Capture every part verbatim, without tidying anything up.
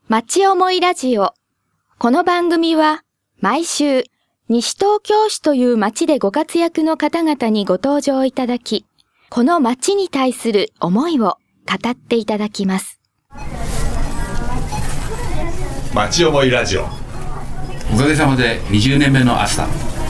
町思いラジオ。この番組は毎週西東京市という町でご活躍の方々にご登場いただき、この町に対する思いを語っていただきます。 町思いラジオ。 おかげさまでにじゅうねんめのアスタ。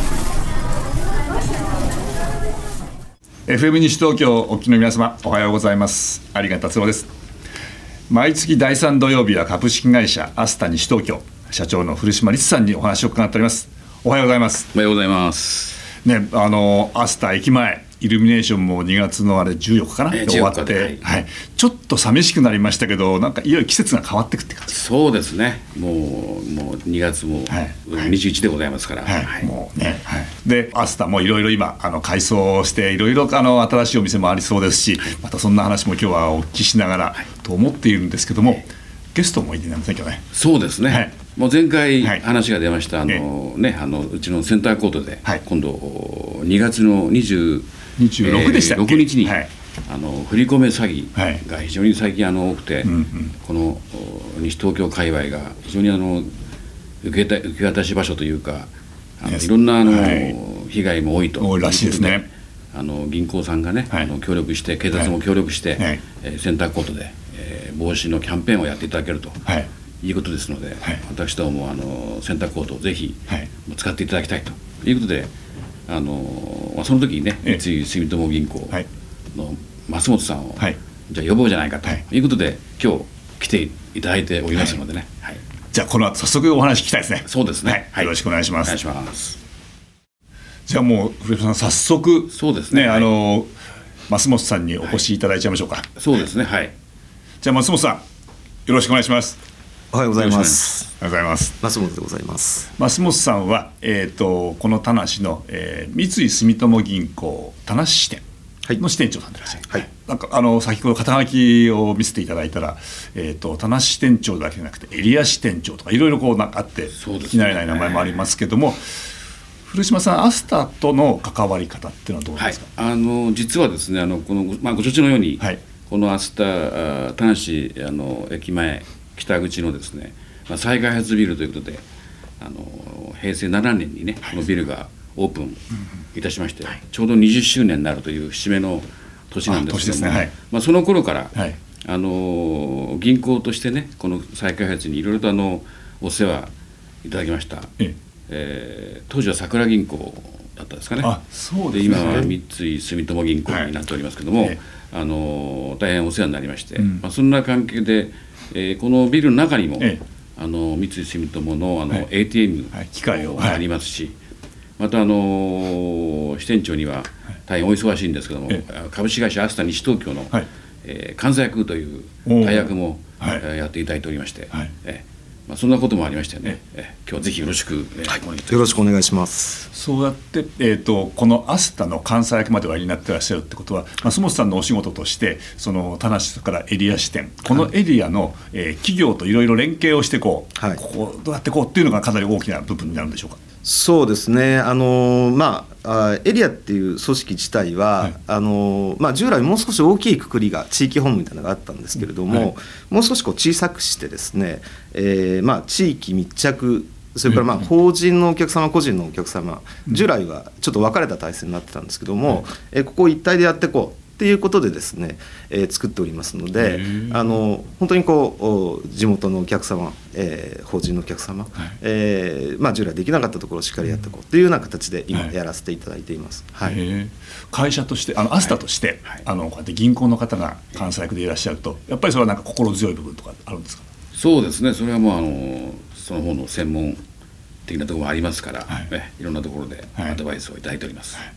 エフエム 西東京お聞きの皆様、おはようございます。有賀達郎です。毎月だいさん土曜日は株式会社アスタ西東京社長の古島律さんにお話を伺っております。おはようございます。 おはようございますね、あのアスタ駅前イルミネーションもにがつのあれじゅうよっかかな、えー、終わって、はいはい、ちょっと寂しくなりましたけど、なんかいよいよ季節が変わってくって感じ。 そうですね、もう、もうにがつもにじゅういちでございますから、 はいはい、もうね、はい、でアスタもいろいろ今あの改装していろいろ新しいお店もありそうですし、またそんな話も今日はお聞きしながらと思っているんですけども、はい、ゲストもいていませんけどね。 そうですね、はい、もう前回話が出ました、 はい、 あのね、あのうちのセンターコートで、はい、今度にがつのにじゅうにじゅうろくでしたっけ、 えー、ろくにちに、はい、あの振り込め詐欺が非常に最近あの多くて、はい、この西東京界隈が非常にあの受けた受け渡し場所というか、あのいろんなあの、はい、被害も多いと多いらしいですね。 あの銀行さんがね、はい、あの協力して警察も協力して、はい、えー、センターコートで、えー、防止のキャンペーンをやっていただけると、はい、いうことですので、はい、私どもあのセンターコートをぜひ、はい、使っていただきたいということで、あのその時にね、三井住友銀行の増本さんを、はい、じゃあ呼ぼうじゃないかということで、はい、今日来ていただいておりますのでね、はいはい、 じゃあこの後早速お話聞きたいですね。 そうですね、 はい、よろしくお願いします。 お願いします。 じゃあもう古島さん早速そうですね、 ね、あの増本さんにお越しいただいちゃいましょうか。はい、 そうですね、はい。 じゃあ増本さんよろしくお願いします。 おはようございます。 おはようございます。 増本でございます。 増本さんは、えー、とこの田無の、えー、三井住友銀行田無支店の支店長さんでいらっしゃる、はい、なんかあの先ほど肩書きを見せていただいたら、えー、と田無支店長だけじゃなくてエリア支店長とかいろいろこうなんかあって、聞き慣れない名前もありますけども、古島さんアスタとの関わり方っていうのはどうですか。 はい、あの実はですね、あのこの、まあ、ご承知のように、はい、このアスタ田無あの駅前北口のですね、まあ、再開発ビルということで、あのへいせいななねんにね、はい、このビルがオープンいたしまして、はい、ちょうどにじゅっしゅうねんになるという節目の年なんですけども、ね、はい、まあ、その頃から、はい、あの銀行としてね、この再開発にいろいろとあのお世話いただきました。えええー、当時は桜銀行だったんですかね。 あ、そうですね。 で今は三井住友銀行になっておりますけども、はい、あの大変お世話になりまして、うん、まあ、そんな関係で、えー、このビルの中にも、ええ、あの三井住友の、あの、はい、エーティーエム、はい、機械がありますし、はい、またあの支店長には大変お忙しいんですけども、ええ、株式会社アスタ西東京の、はい、えー、監査役という大役も、はい、やっていただいておりまして、はい、えーまあ、そんなこともありましたよね。ええ、今日はぜひよろしく、えーはい、よろしくお願いします。 そうやって、えー、とこのアスタの監査役までおやりになってらっしゃるってことは、増本さんのお仕事としてその田無からエリア支店、このエリアの、はい、えー、企業といろいろ連携をしてこう、はい、ここどうやってこうっていうのがかなり大きな部分になるんでしょうか。 そうですね、あのーまあ、エリアっていう組織自体は、はい、あのーまあ、従来もう少し大きいくくりが地域本部みたいなのがあったんですけれども、はい、もう少しこう小さくしてですね、えーまあ、地域密着、それからまあ法人のお客様、個人のお客様、従来はちょっと分かれた体制になってたんですけども、はい、えー、ここを一体でやっていこうっていうことでですね、えー、作っておりますので、あの本当にこう地元のお客様、えー、法人のお客様、はい、えーまあ、従来できなかったところをしっかりやっていこうというような形で今やらせていただいています。はいはい、 会社としてあのアスタとして、はい、あのこうやって銀行の方が監査役でいらっしゃると、やっぱりそれはなんか心強い部分とかあるんですか。 そうですね、それはもうあのその方の専門的なところもありますから、はい、ね、いろんなところでアドバイスをいただいております。はいはい、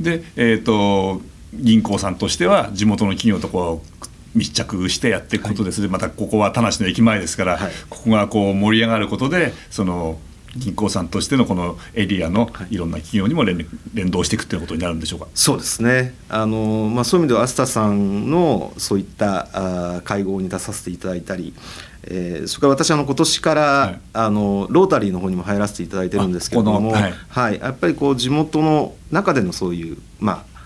で、えーと銀行さんとしては地元の企業とこう密着してやっていくことですね、はい、またここは田無の駅前ですから、はい、ここがこう盛り上がることでその銀行さんとしてのこのエリアのいろんな企業にも 連, 連動していくということになるんでしょうか。 そうですね、あの、まあ、そういう意味ではアスタさんのそういったあ会合に出させていただいたり、えー、それから私はあの今年から、はい、あのロータリーの方にも入らせていただいてるんですけれども、はいはい、やっぱりこう地元の中でのそういう、まあ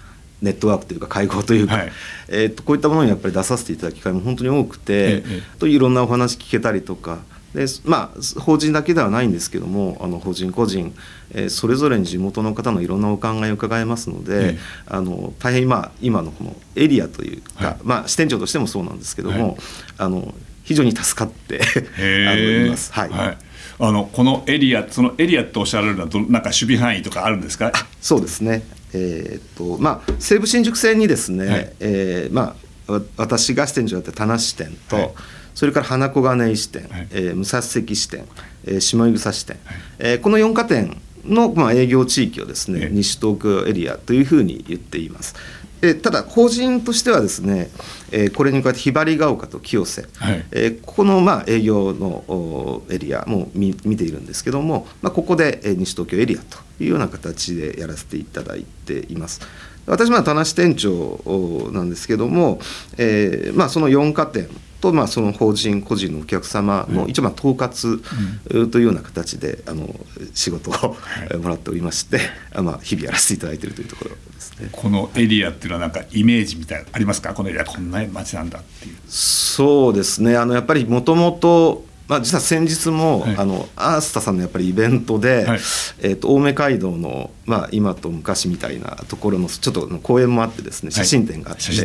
ネットワークというか会合というか、はい、えー、とこういったものにやっぱり出させていただく機会も本当に多くて、ええ、といろんなお話聞けたりとかで、まあ、法人だけではないんですけども、あの法人個人、えー、それぞれに地元の方のいろんなお考えを伺えますので、ええ、あの大変今、今のこのエリアというか、はい、まあ、支店長としてもそうなんですけども、はい、あの非常に助かってあのいます。はい、はい、 あのこのエリア、そのエリアとおっしゃられるのはど、なんか守備範囲とかあるんですか？ そうですね、えーっとまあ、西武新宿線にですね、はい、えーまあ、私が支店長だった田無支店と、はい、それから花小金井支店、はい、えー、武蔵関支店、えー、下井草支店、はい、えー、このよんかてんの、まあ、営業地域をですね、西東京エリアというふうに言っています。えただ法人としてはですね、えー、これに加えてひばりが丘と清瀬、はい、えー、ここのまあ営業のエリアも 見, 見ているんですけども、まあ、ここで西東京エリアというような形でやらせていただいています。私は田無店長なんですけども、えーまあ、そのよんかてんと、まあ、その法人個人のお客様の一番統括というような形で、うん、あの仕事をもらっておりまして、はい、まあ、日々やらせていただいているというところですね。 このエリアっていうのはなんかイメージみたいなありますか？このエリアこんな街なんだっていう。 そうですね、あのやっぱりもともと、まあ、実は先日も、はい、あのアースタさんのやっぱりイベントで、はい、えー、と青梅街道の、まあ、今と昔みたいなところのちょっと公園もあってですね、写真展があって、はい、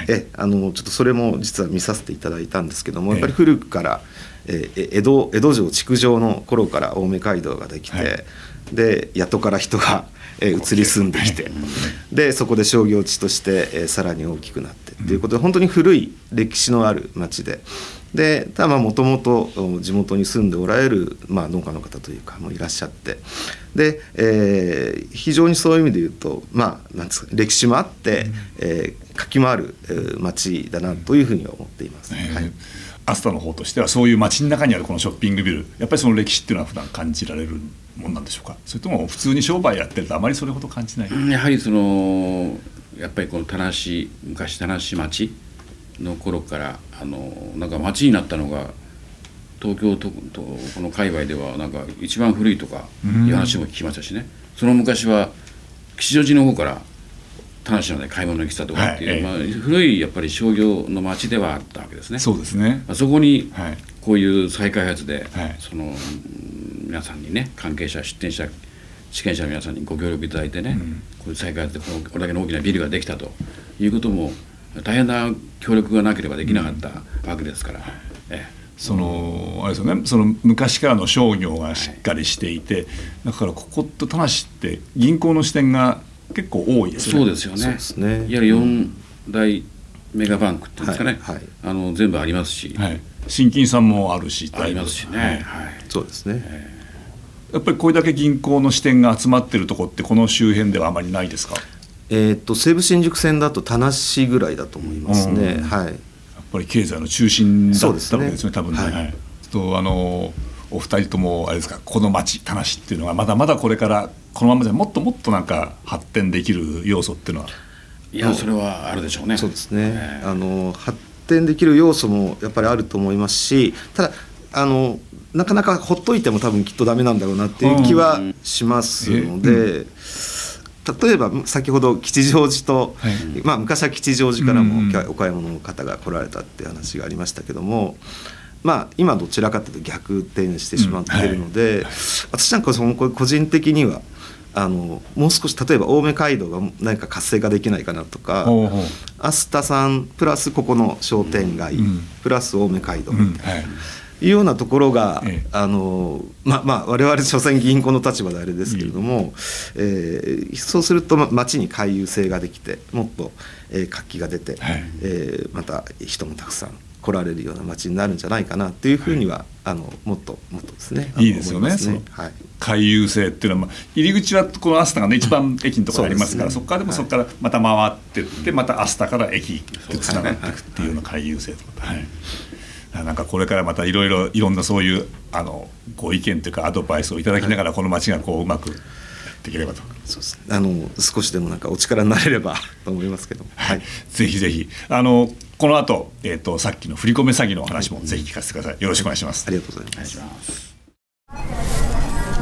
えあのちょっとそれも実は見させていただいたんですけども、やっぱり古くから、えー、江戸江戸城築城の頃から青梅街道ができて、はい、で谷戸から人がえー、移り住んできて、でそこで商業地として、えー、さらに大きくなってということで、本当に古い歴史のある町で、でただもともと地元に住んでおられる、まあ、農家の方というかもいらっしゃって、で、えー、非常にそういう意味で言うと、まあ、なんですか、歴史もあって、うん、えー、活気もある、えー、町だなというふうには思っています。うん、はい、 アスタの方としてはそういう街の中にあるこのショッピングビル、やっぱりその歴史っていうのは普段感じられるものなんでしょうか？それとも普通に商売やってるとあまりそれほど感じない？ やはりそのやっぱりこの田無、昔田無町の頃からあのなんか町になったのが東京ととこの界隈ではなんか一番古いとかいう話も聞きましたしね、その昔は吉祥寺の方から田無まで買い物に来たとかっていう、はい、まあ、古いやっぱり商業の町ではあったわけですね。 そうですね。 まあ、そこにこういう再開発で、はい、その皆さんにね、関係者出店者地権者の皆さんにご協力いただいてね、うん、こういう再開発でこのこれだけの大きなビルができたということも大変な協力がなければできなかったわけですから、うん、ええ、 そのあれですよね、その昔からの商業がしっかりしていて、はい、だからここと田無って銀行の支店が結構多いですね。 そうですよね。そうですね。いわゆるよん大メガバンクっていうんですかね、はいはい、あの全部ありますし、はい、 新金さんもあるしありますしね、はいはい、 そうですね、 えー、やっぱりこれだけ銀行の支店が集まってるところってこの周辺ではあまりないですか？ えー、と西武新宿線だと田無ぐらいだと思いますね、うん、はい、やっぱり経済の中心だったわけですね、多分ね、はいはい、とあのお二人ともあれですか、この町田無っていうのはまだまだこれからこのままじゃもっともっとなんか発展できる要素っていうのは、 いやそれはあるでしょうね。 そうですね、えー、あの発展できる要素もやっぱりあると思いますし、ただあのなかなかほっといても多分きっとダメなんだろうなっていう気はしますので、うんうん、例えば先ほど吉祥寺と、はい、まあ、昔は吉祥寺からもお買い物の方が来られたっていう話がありましたけども、まあ、今どちらかというと逆転してしまっているので、うん、はい、私なんかその個人的にはあのもう少し例えば青梅街道が何か活性化できないかなとか、ほうほう、アスタさんプラスここの商店街、うん、プラス青梅街道みたいな、うん、はい、いうようなところが、ええ、あのまあまあ我々所詮銀行の立場であれですけれども、うん、えー、そうすると街に回遊性ができてもっと、えー、活気が出て、はい、えー、また人もたくさん来られるような街になるんじゃないかなっていうふうには、はい、あのもっともっとですね、 いいですよね、その回遊性っていうのは、まあ、入り口はこのアスタがね一番駅のところにありますから、 そ, ね、そこからでもそこからまた回ってって、はい、またアスタから駅でつながっていくっていうような回遊性とか、はい、はい、なんかこれからまたいろいろいろんなそういうあのご意見というかアドバイスをいただきながら、この街がこううまくやっていければと、 そうですね、あの少しでもなんかお力になれればと思いますけども、 はい、ぜひぜひあのこの後、えーとさっきの振り込め詐欺の話もぜひ聞かせてください。よろしくお願いします。 ありがとうございます。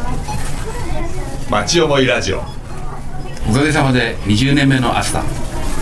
町思いラジオ、 おかげさまでにじゅうねんめのアスタ、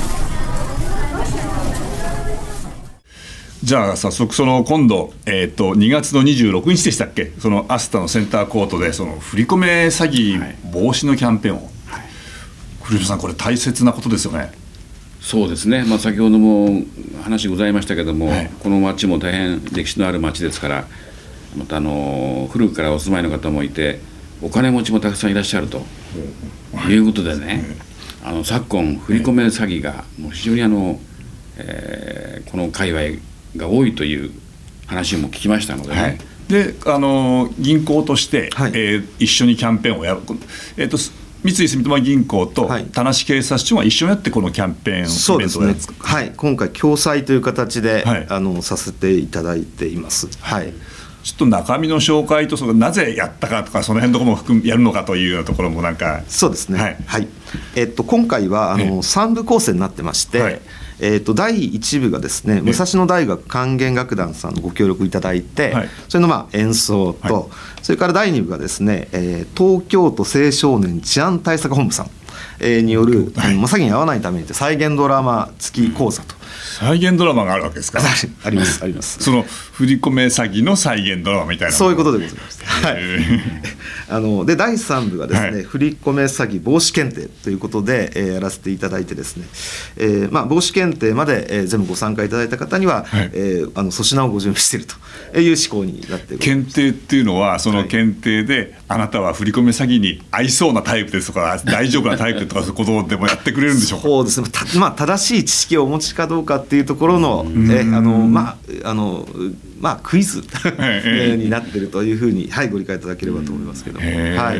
じゃあ早速その今度、えー、とにがつのにじゅうろくにちでしたっけ、そのアスタのセンターコートでその振り込め詐欺防止のキャンペーンを、はい、古島さんこれ大切なことですよね。 そうですね、まあ、先ほども話ございましたけども、はい、この町も大変歴史のある町ですから、またあの古くからお住まいの方もいてお金持ちもたくさんいらっしゃるということでね、はい、あの昨今振り込め詐欺がもう非常にあの、えー、この界隈が多いという話も聞きましたので、ね、はい、 であの銀行として、はい、えー、一緒にキャンペーンをやる、えーと三井住友銀行と田無警察署が一緒にやってこのキャンペーンそうですね、はい、今回共催という形で、はい、あのさせていただいています、はい、 ちょっと中身の紹介とそのなぜやったかとかその辺のところも含むやるのかというようなところもなんか。 そうですね、はい、はい、えっと、今回はあのさん部構成になってまして、はい、えー、とだいいち部がですね武蔵野大学管弦楽団さんのご協力いただいて、はい、それのまあ演奏と、はい、それからだいに部がですね、えー、東京都青少年治安対策本部さん、えー、による、はい、詐欺に遭わないために再現ドラマ付き講座と、 再現ドラマがあるわけですか。 ありますあります。 その振り込め詐欺の再現ドラマみたいな、 そういうことでございます。はい、あのでだいさん部がですね、はい、振り込め詐欺防止検定ということで、えー、やらせていただいてですね、えーまあ、防止検定まで、えー、全部ご参加いただいた方には、はい、えー、あの粗品をご準備しているという仕向になっている。 検定っていうのはその検定で、はい、あなたは振り込め詐欺に合いそうなタイプですとか大丈夫なタイプとかそういうことでもやってくれるんでしょうか。 そうですね、た、まあ、正しい知識をお持ちかどうかっていうところの、えあのまああのまあ、クイズになっているというふうに、はい、ご理解いただければと思いますけども、はい、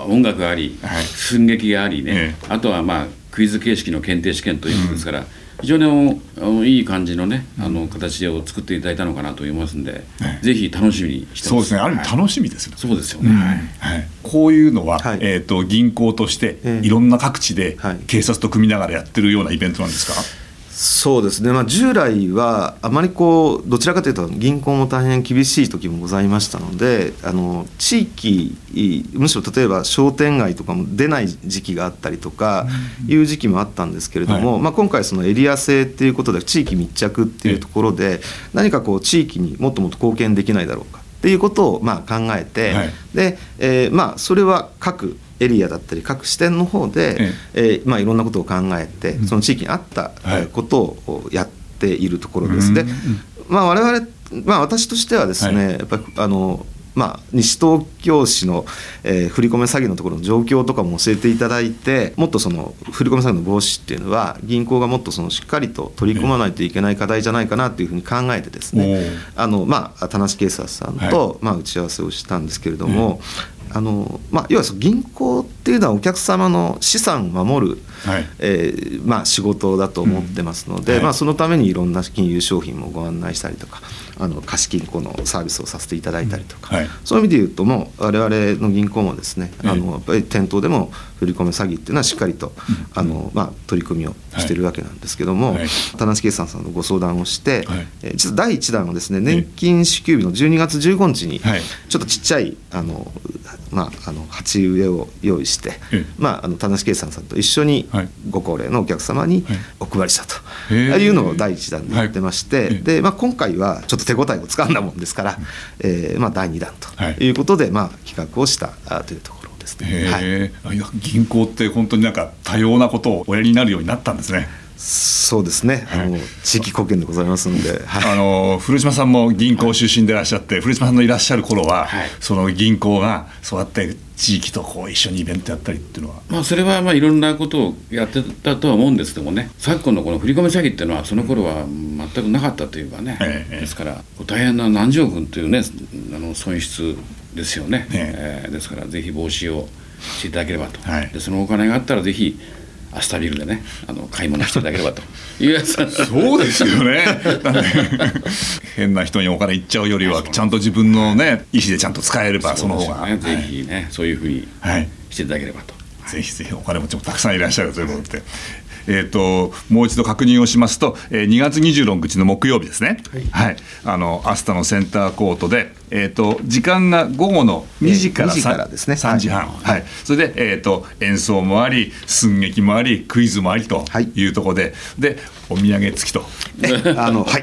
音楽があり、はい、寸劇がありね、あとは、まあ、クイズ形式の検定試験ということですから、うん、非常にあのいい感じのね、あの形を作っていただいたのかなと思いますので、はい、ぜひ楽しみにしてます。 そうですね、ある意味楽しみですよね、 はい、そうですよね、 はいはい、こういうのは、はい、えーと、銀行としていろんな各地で警察と組みながらやってるようなイベントなんですか。 そうですね、まあ、従来はあまりこうどちらかというと銀行も大変厳しい時もございましたので、あの地域むしろ例えば商店街とかも出ない時期があったりとかいう時期もあったんですけれども、はい、まあ、今回そのエリア制っていうことで地域密着っていうところで何かこう地域にもっともっと貢献できないだろうかっていうことをまあ考えて、はい、で、えー、まあそれは各エリアだったり各支店の方で、えええーまあ、いろんなことを考えてその地域に合ったことをやっているところです。で、まあ、我々、まあ、私としてはですね、はい、やっぱりあのまあ、西東京市の、えー、振り込め詐欺のところの状況とかも教えていただいて、もっとその振り込め詐欺の防止っていうのは銀行がもっとそのしっかりと取り組まないといけない課題じゃないかなというふうに考えてですね、あの、まあ、田無警察さんと、はい、まあ、打ち合わせをしたんですけれども、あのまあ、要はその銀行っていうのはお客様の資産を守る、はい、えーまあ、仕事だと思ってますので、うん、はい、まあ、そのためにいろんな金融商品もご案内したりとか、あの貸金庫のサービスをさせていただいたりとか、うん、はい、そういう意味で言うともう我々の銀行もですね、あのやっぱり店頭でも振り込め詐欺っていうのはしっかりと、うん、あのまあ、取り組みをしているわけなんですけども、はい、田無警察さんのご相談をして、はい、えー、実はだいいち弾はですね、年金支給日のじゅうにがつじゅうごにちにちょっとちっちゃいあの、まあ、あの鉢植えを用意して、まあ、あの田無警察さんと一緒にご高齢のお客様にお配りしたというのをだいいち弾でやってまして、で、まあ、今回はちょっと手応えをつかんだもんですから、えーまあ、だいに弾ということで、まあ、企画をしたというところですね。 はい、いや銀行って本当になんか多様なことをおやりになるようになったんですね。 そうですね、あの、はい、地域貢献でございますので、はい、 あの古島さんも銀行出身でいらっしゃって、はい、古島さんのいらっしゃる頃は、はい、その銀行がそうやって地域とこう一緒にイベントやったりっていうのは、 まあ、それはまあいろんなことをやってたとは思うんですけどもね、昨今のこの振り込め詐欺っていうのはその頃は全くなかったというかね、ええ、ですから大変な何十億というね、あの損失ですよね、えええー、ですからぜひ防止をしていただければと、はい、でそのお金があったらぜひアスタビルでね、あの買い物していただければというやつそうですよね変な人にお金いっちゃうよりはちゃんと自分のね意思でちゃんと使えればその方が、ね、 ぜひね、はい、そういうふうにしていただければと、 はい、ぜひぜひお金持ちもたくさんいらっしゃるということで、えー、ともう一度確認をしますと、えー、にがつにじゅうろくにちの木曜日ですね、はいはい、あのアスタのセンターコートで、えー、と時間が午後のにじから さん,、えー、からですね、さんじはん、はいはい、それで、えー、と演奏もあり寸劇もありクイズもありというところで、はい、でお土産付きとあの、はい、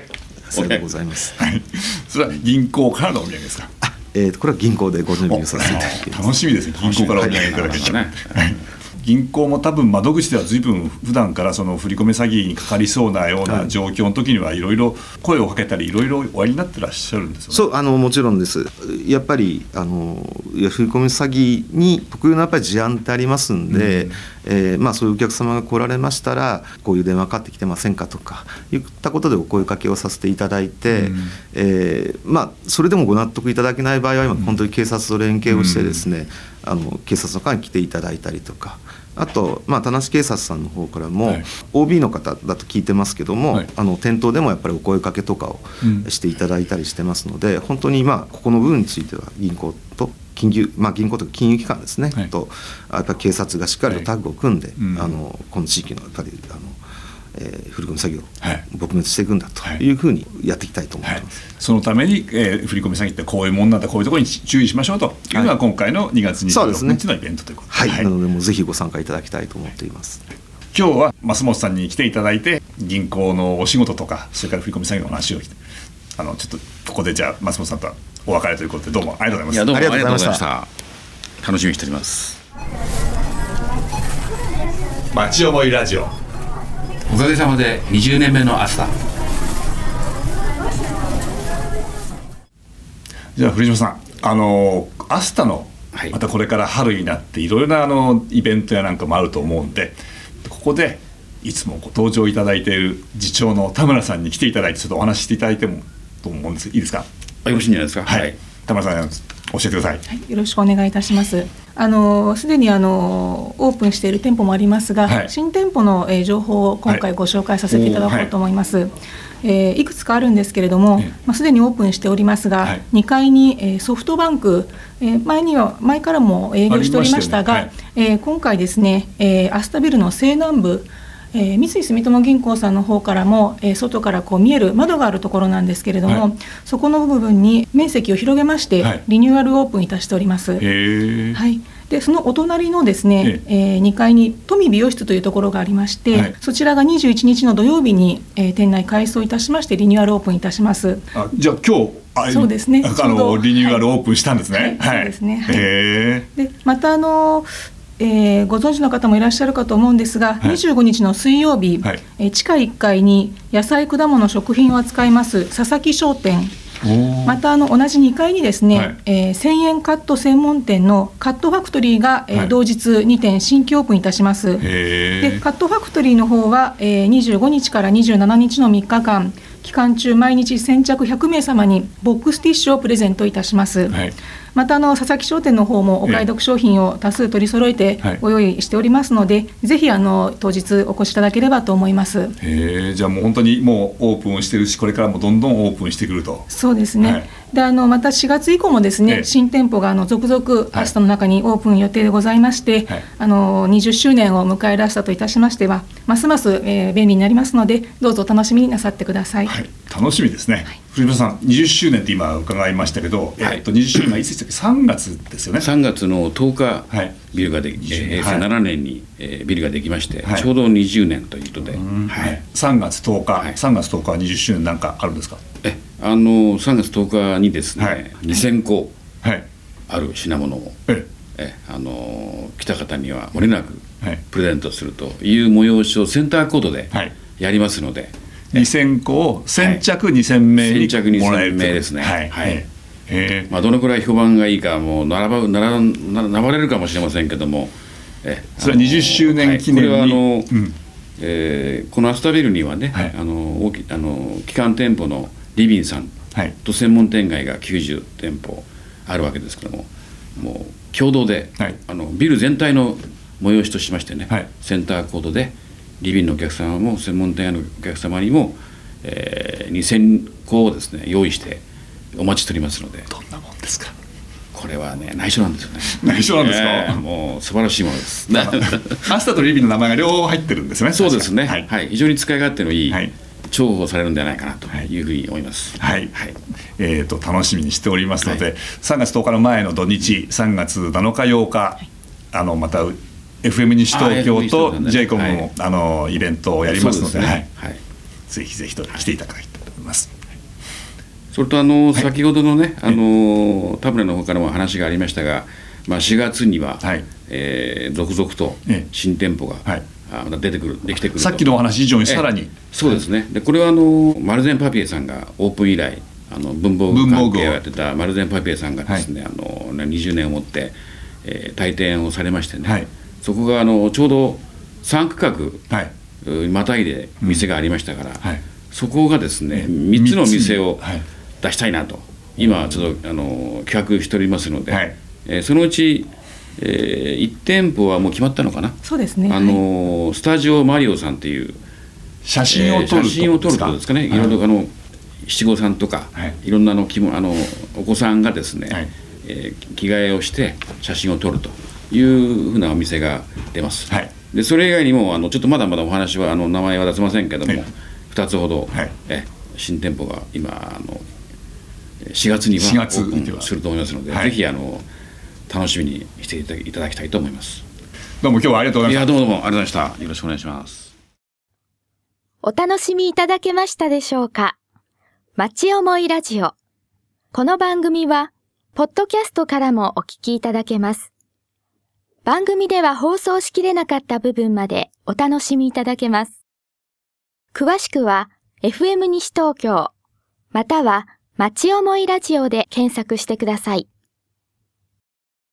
さようでございます。 はい、それは銀行からのお土産ですか？ あ、えー、これは銀行でご準備をさせていただきます。 楽しみですね。銀行からお土産いただけちゃう、はい、銀行も多分窓口では随分普段からその振り込め詐欺にかかりそうなような状況の時にはいろいろ声をかけたりいろいろおやりになってらっしゃるんですよね。 そう、あのもちろんです。やっぱりあの振り込め詐欺に特有のやっぱり事案ってありますんで、うん、えーまあ、そういうお客様が来られましたらこういう電話かかってきてませんかとかいったことでお声かけをさせていただいて、うん、えーまあ、それでもご納得いただけない場合は今本当に警察と連携をしてですね、うん、あの警察の方に来ていただいたりとか、あと、まあ、田無警察さんの方からも、はい、オービー の方だと聞いてますけども、はい、あの店頭でもやっぱりお声かけとかをしていただいたりしてますので、うん、本当にまあここの部分については銀行と金融、まあ、銀行とか金融機関ですね、はい、とやっぱ警察がしっかりとタッグを組んで、はい、うん、あのこの地域のやっぱりあのえー、振り込み詐欺を撲滅していくんだというふうにやっていきたいと思っています、 はいはい、そのために、えー、振り込み詐欺ってこういうもんなんだ、こういうところに注意しましょうというのが今回のにがつにじゅうろくにちのイベントということで、 はいはい、なのでもうぜひご参加いただきたいと思っています、はい、 今日は増本さんに来ていただいて銀行のお仕事とかそれから振り込み詐欺の話をあのちょっとここでじゃあ増本さんとはお別れということでどうもありがとうございます。いや、 どうもありがとうございました。楽しみにしております。 町思いラジオ、 おかげさまでにじゅうねんめのアスタ。 じゃあ藤島さん、あのアスタのまたこれから春になっていろいろなあのイベントやなんかもあると思うんで、ここでいつもご登場いただいている次長の田村さんに来ていただいてちょっとお話ししていただいてもと思うんです。いいですか？ よろしいんじゃないですか？ はい、はい、田村さん教えてください。 はい、よろしくお願いいたします。あのすでにあのオープンしている店舗もありますが、はい、新店舗の、えー、情報を今回ご紹介させていただこうと思います。はい、えー、いくつかあるんですけれども、まあ、すでにオープンしておりますが、はい、にかいに、えー、ソフトバンク、えー、前には前からも営業しておりましたが、ね、はい、えー、今回ですね、えー、アスタビルの西南部、えー、三井住友銀行さんの方からも、えー、外からこう見える窓があるところなんですけれども、はい、そこの部分に面積を広げまして、はい、リニューアルオープンいたしております。へー、はい、でそのお隣のですね、ええー、にかいに富美容室というところがありまして、はい、そちらがにじゅういちにちの土曜日に、えー、店内改装いたしましてリニューアルオープンいたします。 あ、じゃあ今日あそうですね、 あのリニューアルオープンしたんですね。 はい、はい、そうですね、はい、 へー。 でまたあのえー、ご存知の方もいらっしゃるかと思うんですが、はい、にじゅうごにちの水曜日、はい、えー、地下いっかいに野菜果物食品を扱います佐々木商店、またあの同じにかいにですね、はい、えー、せんえんカット専門店のカットファクトリーが、えーはい、同日にてん新規オープンいたします。でカットファクトリーの方は、えー、にじゅうごにちからにじゅうしちにちのみっかかん期間中毎日先着ひゃくめいさまにボックスティッシュをプレゼントいたします。はい、またあの佐々木商店の方もお買い得商品を多数取り揃えてご用意しておりますので、はい、ぜひあの当日お越しいただければと思います。 へー、じゃあもう本当にもうオープンしてるしこれからもどんどんオープンしてくると。 そうですね、はい、であのまたしがつ以降もですね、新店舗があの続々アスタの中にオープン予定でございまして、はい、あのにじゅっしゅうねんを迎えるアスタといたしましてはますます、えー、便利になりますのでどうぞお楽しみになさってください。 はい、楽しみですね。はい、藤本さんにじゅっしゅうねんって今伺いましたけど、はい、えー、とにじゅっしゅうねんはいつでしたっけ？さんがつですよね。 さんがつのとおか、はい、ビルができ、えー、平成ななねんに、えー、ビルができまして、はい、ちょうどにじゅうねんということで、 はい、さんがつとおか、はい、さんがつとおかはにじゅっしゅうねんなんかあるんですか？ えあのさんがつとおかにですね、はい、にせんこある品物を、はい、えあの来た方にはもれなくプレゼントするという催しをセンターコードでやりますので、 にせんこを先着にせんめいにもらえると、 先着にせんめいですね。はい、はい、へ、まあ、どのくらい評判がいいかもう並ば並ばれるかもしれませんけども、 えそれはにじゅっしゅうねん記念に、はい、これはあの、うん、 えー、このアスタビルにはね、はい、あの大きあの基幹店舗のリビンさんと専門店街がきゅうじゅうてんぽあるわけですけども、もう共同で、はい、あのビル全体の催しとしましてね、はい、センターコードでリビンのお客様も専門店のお客様にも、えー、にせんこをですね用意してお待ちしておりますので。 どんなもんですか？ これはね内緒なんですよね。 内緒なんですか？ えー、もう素晴らしいものです。 アスタとリビンの名前が両方入ってるんですね。 そうですね、はいはい、非常に使い勝手のいい、はい、重宝されるんではないかなというふうに思います。 はい、はい、えー、と楽しみにしておりますので、はい、さんがつとおかの前の土日さんがつなのかようか、はい、あのまたエフエム 西東京と ジェイコム も、はい、あのイベントをやりますので、ね、はいはい、ぜひぜひと来ていただきたいと思います。 それとあの、はい、先ほどのねあの田村の方からも話がありましたが、まあ、しがつには、はいえー、続々と新店舗が、はいあまた出てくるできてくるさっきのお話以上にさらにそうですね。でこれはあのマルゼンパピエさんがオープン以来あの文房具関係をやってたマルゼンパピエさんがですね、はい、あのにじゅうねんをもって、えー、退店をされましてね、はい、そこがあのちょうどさん区画、はい、またいで店がありましたから、うんはい、そこがですねみっつの店を出したいなと今ちょっとあの企画しておりますので、はいえー、そのうちえー、いち店舗はもう決まったのかな。 そうですね、 あの、はい、スタジオマリオさんっていう写真を撮ると、えー、写真を撮るとですかね、はい、いろいろあの七五三とか、はい、いろんなあのあのお子さんがですね、はいえー、着替えをして写真を撮るというふうなお店が出ます、はい、でそれ以外にもあのちょっとまだまだお話はあの名前は出せませんけども、はい、ふたつほど、はい、え新店舗が今あのしがつにはオープンすると思いますので、はい、ぜひあの楽しみにしていただきたいと思います。 どうも今日はありがとうございました。 いやどうもどうもありがとうございました。よろしくお願いします。 お楽しみいただけましたでしょうか。町思いラジオ。この番組はポッドキャストからもお聞きいただけます。番組では放送しきれなかった部分までお楽しみいただけます。詳しくは エフエム 西東京または町思いラジオで検索してください。